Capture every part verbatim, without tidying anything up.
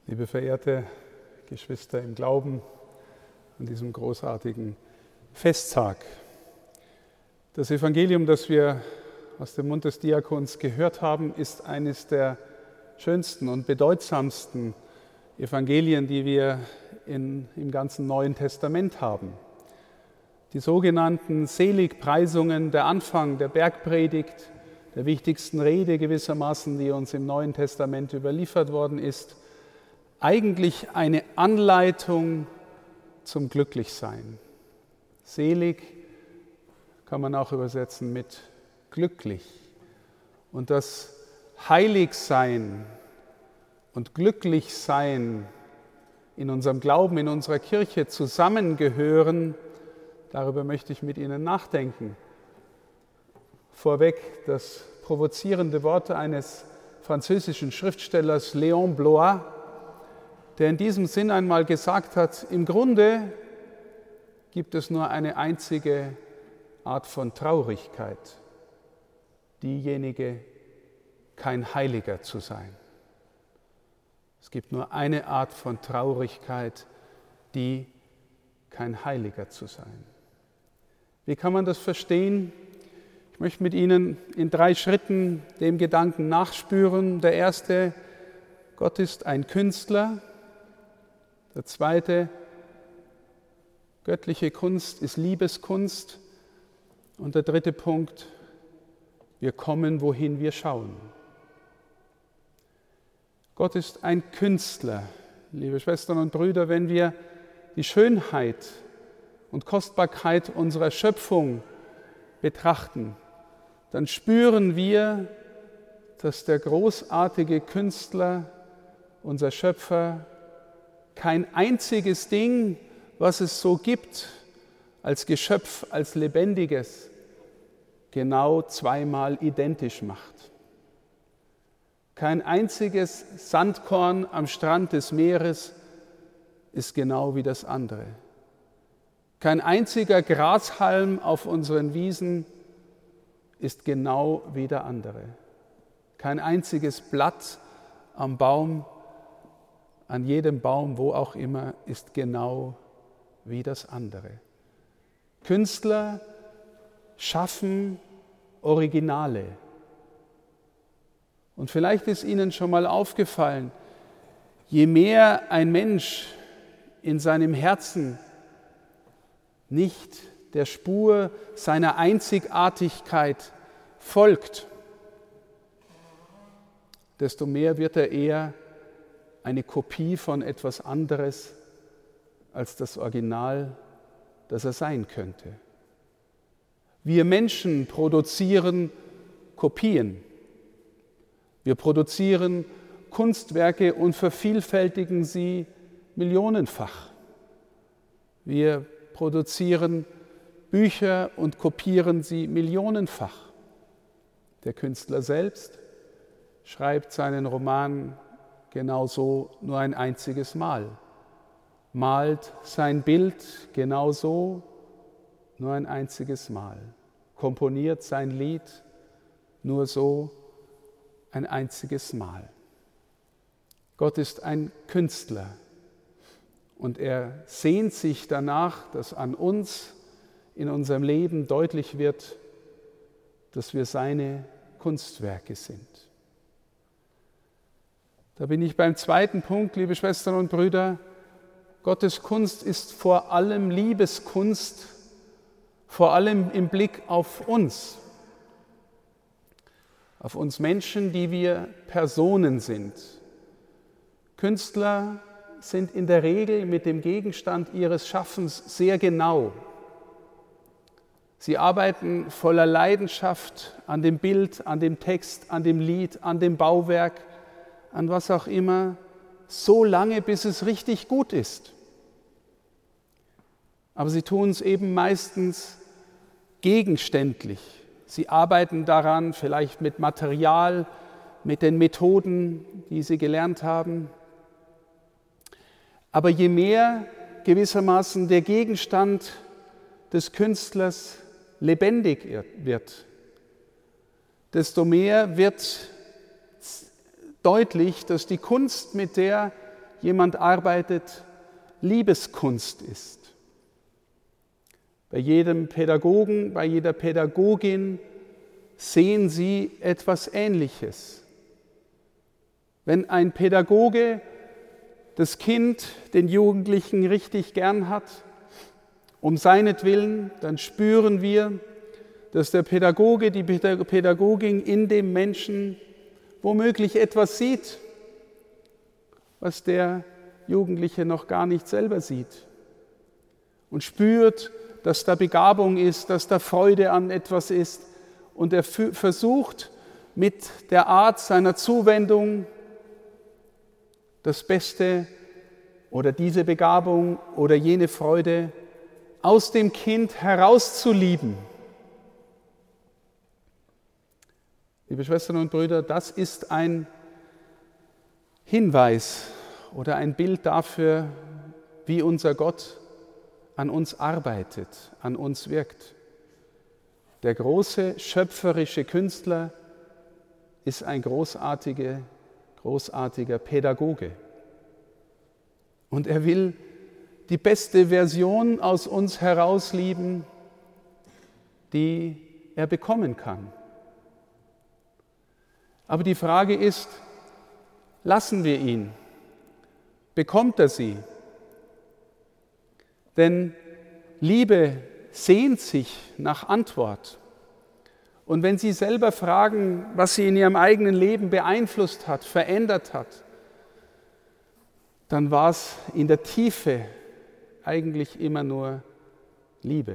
Liebe verehrte Geschwister im Glauben an diesem großartigen Festtag. Das Evangelium, das wir aus dem Mund des Diakons gehört haben, ist eines der schönsten und bedeutsamsten Evangelien, die wir in, im ganzen Neuen Testament haben. Die sogenannten Seligpreisungen, der Anfang der Bergpredigt, der wichtigsten Rede gewissermaßen, die uns im Neuen Testament überliefert worden ist, eigentlich eine Anleitung zum Glücklichsein. Selig kann man auch übersetzen mit glücklich. Und das Heiligsein und Glücklichsein in unserem Glauben, in unserer Kirche zusammengehören, darüber möchte ich mit Ihnen nachdenken. Vorweg das provozierende Wort eines französischen Schriftstellers Léon Bloy, der in diesem Sinn einmal gesagt hat, im Grunde gibt es nur eine einzige Art von Traurigkeit, diejenige, kein Heiliger zu sein. Es gibt nur eine Art von Traurigkeit, die kein Heiliger zu sein. Wie kann man das verstehen? Ich möchte mit Ihnen in drei Schritten dem Gedanken nachspüren. Der erste, Gott ist ein Künstler. Der zweite, göttliche Kunst ist Liebeskunst. Und der dritte Punkt, wir kommen, wohin wir schauen. Gott ist ein Künstler. Liebe Schwestern und Brüder, wenn wir die Schönheit und Kostbarkeit unserer Schöpfung betrachten, dann spüren wir, dass der großartige Künstler, unser Schöpfer, kein einziges Ding, was es so gibt, als Geschöpf, als Lebendiges, genau zweimal identisch macht. Kein einziges Sandkorn am Strand des Meeres ist genau wie das andere. Kein einziger Grashalm auf unseren Wiesen ist genau wie der andere. Kein einziges Blatt am Baum, an jedem Baum, wo auch immer, ist genau wie das andere. Künstler schaffen Originale. Und vielleicht ist Ihnen schon mal aufgefallen, je mehr ein Mensch in seinem Herzen nicht der Spur seiner Einzigartigkeit folgt, desto mehr wird er eher eine Kopie von etwas anderes als das Original, das er sein könnte. Wir Menschen produzieren Kopien. Wir produzieren Kunstwerke und vervielfältigen sie millionenfach. Wir produzieren Bücher und kopieren sie millionenfach. Der Künstler selbst schreibt seinen Roman genauso nur ein einziges Mal, malt sein Bild genauso nur ein einziges Mal, komponiert sein Lied nur so ein einziges Mal. Gott ist ein Künstler und er sehnt sich danach, dass an uns in unserem Leben deutlich wird, dass wir seine Kunstwerke sind. Da bin ich beim zweiten Punkt, liebe Schwestern und Brüder. Gottes Kunst ist vor allem Liebeskunst, vor allem im Blick auf uns, auf uns Menschen, die wir Personen sind. Künstler sind in der Regel mit dem Gegenstand ihres Schaffens sehr genau. Sie arbeiten voller Leidenschaft an dem Bild, an dem Text, an dem Lied, an dem Bauwerk, an was auch immer, so lange, bis es richtig gut ist. Aber sie tun es eben meistens gegenständlich. Sie arbeiten daran, vielleicht mit Material, mit den Methoden, die sie gelernt haben. Aber je mehr gewissermaßen der Gegenstand des Künstlers lebendig wird, desto mehr wird deutlich, dass die Kunst, mit der jemand arbeitet, Liebeskunst ist. Bei jedem Pädagogen, bei jeder Pädagogin sehen Sie etwas Ähnliches. Wenn ein Pädagoge das Kind, den Jugendlichen richtig gern hat, um seinetwillen, dann spüren wir, dass der Pädagoge, die Pädagogin in dem Menschen womöglich etwas sieht, was der Jugendliche noch gar nicht selber sieht. Und spürt, dass da Begabung ist, dass da Freude an etwas ist. Und er versucht mit der Art seiner Zuwendung das Beste oder diese Begabung oder jene Freude aus dem Kind herauszulieben. Liebe Schwestern und Brüder, das ist ein Hinweis oder ein Bild dafür, wie unser Gott an uns arbeitet, an uns wirkt. Der große schöpferische Künstler ist ein großartiger, großartiger Pädagoge. Und er will die beste Version aus uns herauslieben, die er bekommen kann. Aber die Frage ist, lassen wir ihn? Bekommt er sie? Denn Liebe sehnt sich nach Antwort. Und wenn Sie selber fragen, was Sie in Ihrem eigenen Leben beeinflusst hat, verändert hat, dann war es in der Tiefe eigentlich immer nur Liebe.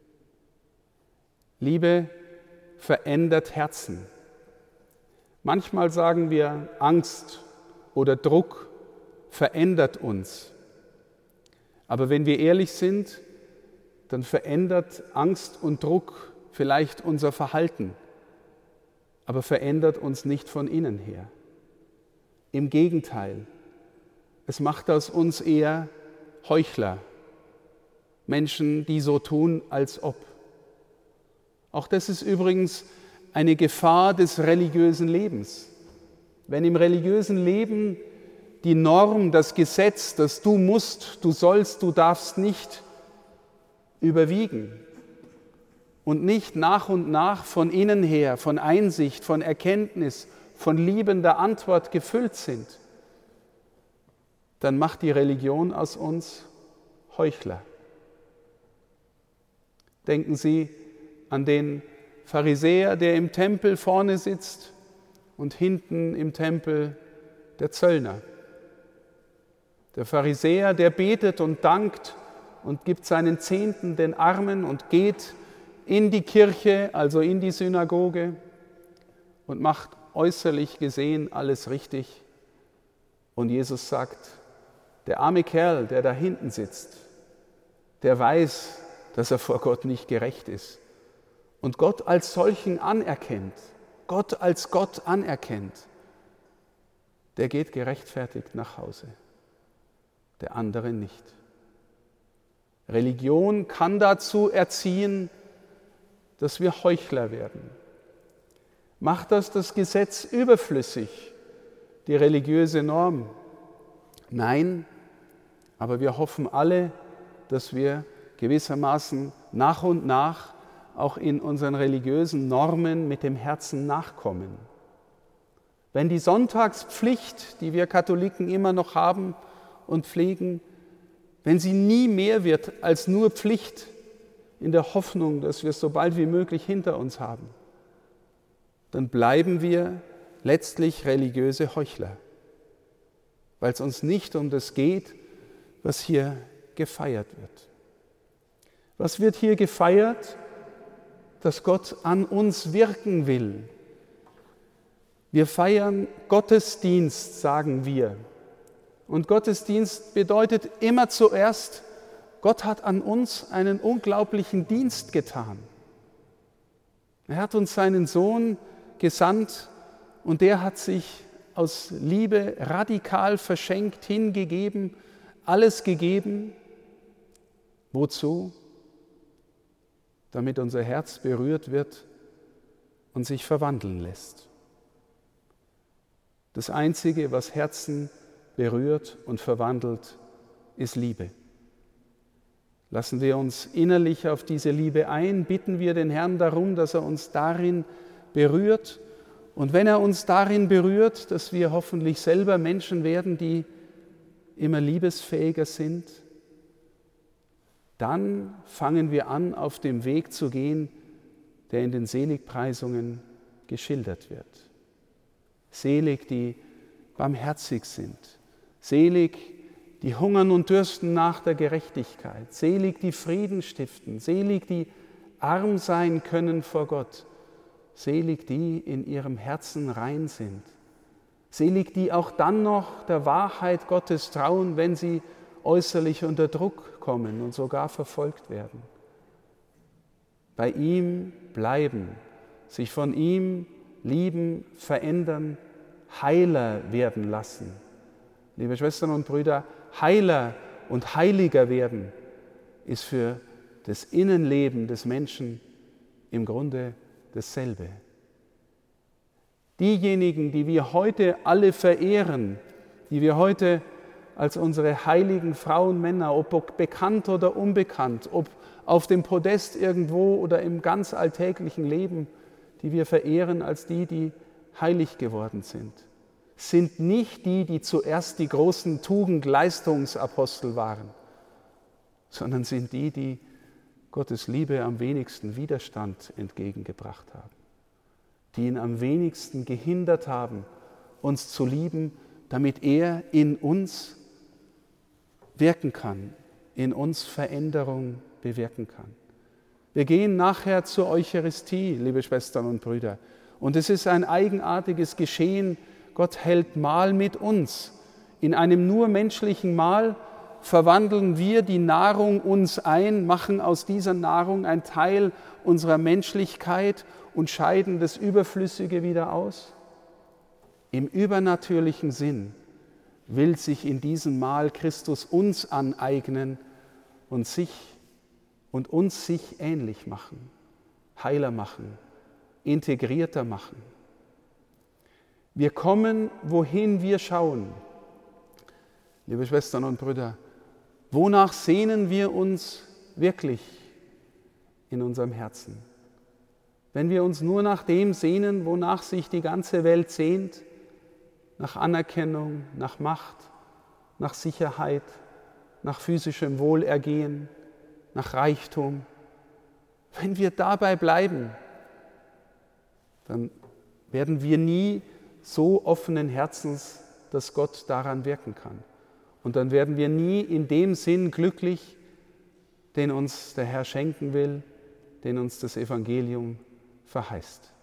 Liebe verändert Herzen. Manchmal sagen wir, Angst oder Druck verändert uns. Aber wenn wir ehrlich sind, dann verändert Angst und Druck vielleicht unser Verhalten, aber verändert uns nicht von innen her. Im Gegenteil, es macht aus uns eher Heuchler, Menschen, die so tun, als ob. Auch das ist übrigens eine Gefahr des religiösen Lebens. Wenn im religiösen Leben die Norm, das Gesetz, das du musst, du sollst, du darfst nicht überwiegen und nicht nach und nach von innen her, von Einsicht, von Erkenntnis, von liebender Antwort gefüllt sind, dann macht die Religion aus uns Heuchler. Denken Sie an den Pharisäer, der im Tempel vorne sitzt und hinten im Tempel der Zöllner. Der Pharisäer, der betet und dankt und gibt seinen Zehnten den Armen und geht in die Kirche, also in die Synagoge und macht äußerlich gesehen alles richtig. Und Jesus sagt, der arme Kerl, der da hinten sitzt, der weiß, dass er vor Gott nicht gerecht ist und Gott als solchen anerkennt, Gott als Gott anerkennt, der geht gerechtfertigt nach Hause, der andere nicht. Religion kann dazu erziehen, dass wir Heuchler werden. Macht das das Gesetz überflüssig, die religiöse Norm? Nein, aber wir hoffen alle, dass wir gewissermaßen nach und nach auch in unseren religiösen Normen mit dem Herzen nachkommen. Wenn die Sonntagspflicht, die wir Katholiken immer noch haben und pflegen, wenn sie nie mehr wird als nur Pflicht, in der Hoffnung, dass wir es so bald wie möglich hinter uns haben, dann bleiben wir letztlich religiöse Heuchler, weil es uns nicht um das geht, was hier gefeiert wird. Was wird hier gefeiert? Dass Gott an uns wirken will. Wir feiern Gottesdienst, sagen wir. Und Gottesdienst bedeutet immer zuerst, Gott hat an uns einen unglaublichen Dienst getan. Er hat uns seinen Sohn gesandt und der hat sich aus Liebe radikal verschenkt, hingegeben, alles gegeben. Wozu? Damit unser Herz berührt wird und sich verwandeln lässt. Das Einzige, was Herzen berührt und verwandelt, ist Liebe. Lassen wir uns innerlich auf diese Liebe ein, bitten wir den Herrn darum, dass er uns darin berührt. Und wenn er uns darin berührt, dass wir hoffentlich selber Menschen werden, die immer liebesfähiger sind, dann fangen wir an, auf dem Weg zu gehen, der in den Seligpreisungen geschildert wird. Selig, die barmherzig sind. Selig, die hungern und dürsten nach der Gerechtigkeit. Selig, die Frieden stiften. Selig, die arm sein können vor Gott. Selig, die in ihrem Herzen rein sind. Selig, die auch dann noch der Wahrheit Gottes trauen, wenn sie äußerlich unter Druck kommen und sogar verfolgt werden. Bei ihm bleiben, sich von ihm lieben, verändern, heiler werden lassen. Liebe Schwestern und Brüder, heiler und heiliger werden ist für das Innenleben des Menschen im Grunde dasselbe. Diejenigen, die wir heute alle verehren, die wir heute als unsere heiligen Frauen, Männer, ob bekannt oder unbekannt, ob auf dem Podest irgendwo oder im ganz alltäglichen Leben, die wir verehren als die, die heilig geworden sind, sind nicht die, die zuerst die großen Tugend-Leistungsapostel waren, sondern sind die, die Gottes Liebe am wenigsten Widerstand entgegengebracht haben, die ihn am wenigsten gehindert haben, uns zu lieben, damit er in uns wirken kann, in uns Veränderung bewirken kann. Wir gehen nachher zur Eucharistie, liebe Schwestern und Brüder, und es ist ein eigenartiges Geschehen. Gott hält Mahl mit uns. In einem nur menschlichen Mahl verwandeln wir die Nahrung uns ein, machen aus dieser Nahrung ein Teil unserer Menschlichkeit und scheiden das Überflüssige wieder aus. Im übernatürlichen Sinn will sich in diesem Mahl Christus uns aneignen und sich und uns sich ähnlich machen, heiler machen, integrierter machen. Wir kommen, wohin wir schauen. Liebe Schwestern und Brüder, wonach sehnen wir uns wirklich in unserem Herzen? Wenn wir uns nur nach dem sehnen, wonach sich die ganze Welt sehnt, nach Anerkennung, nach Macht, nach Sicherheit, nach physischem Wohlergehen, nach Reichtum, wenn wir dabei bleiben, dann werden wir nie so offenen Herzens, dass Gott daran wirken kann. Und dann werden wir nie in dem Sinn glücklich, den uns der Herr schenken will, den uns das Evangelium verheißt.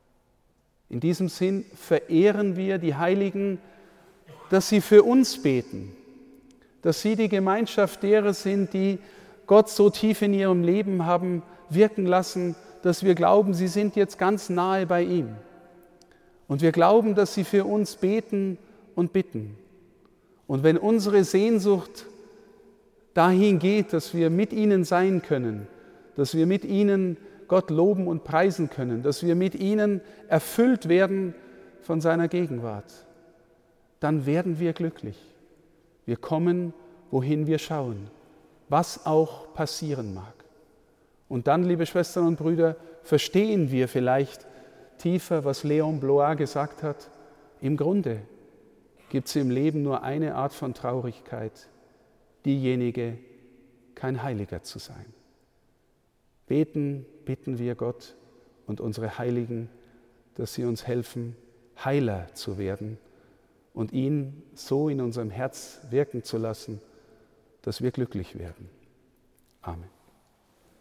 In diesem Sinn verehren wir die Heiligen, dass sie für uns beten, dass sie die Gemeinschaft derer sind, die Gott so tief in ihrem Leben haben wirken lassen, dass wir glauben, sie sind jetzt ganz nahe bei ihm. Und wir glauben, dass sie für uns beten und bitten. Und wenn unsere Sehnsucht dahin geht, dass wir mit ihnen sein können, dass wir mit ihnen Gott loben und preisen können, dass wir mit ihnen erfüllt werden von seiner Gegenwart, dann werden wir glücklich. Wir kommen, wohin wir schauen, was auch passieren mag. Und dann, liebe Schwestern und Brüder, verstehen wir vielleicht tiefer, was Léon Bloy gesagt hat. Im Grunde gibt es im Leben nur eine Art von Traurigkeit, diejenige, kein Heiliger zu sein. Beten, bitten wir Gott und unsere Heiligen, dass sie uns helfen, heiler zu werden und ihn so in unserem Herz wirken zu lassen, dass wir glücklich werden. Amen.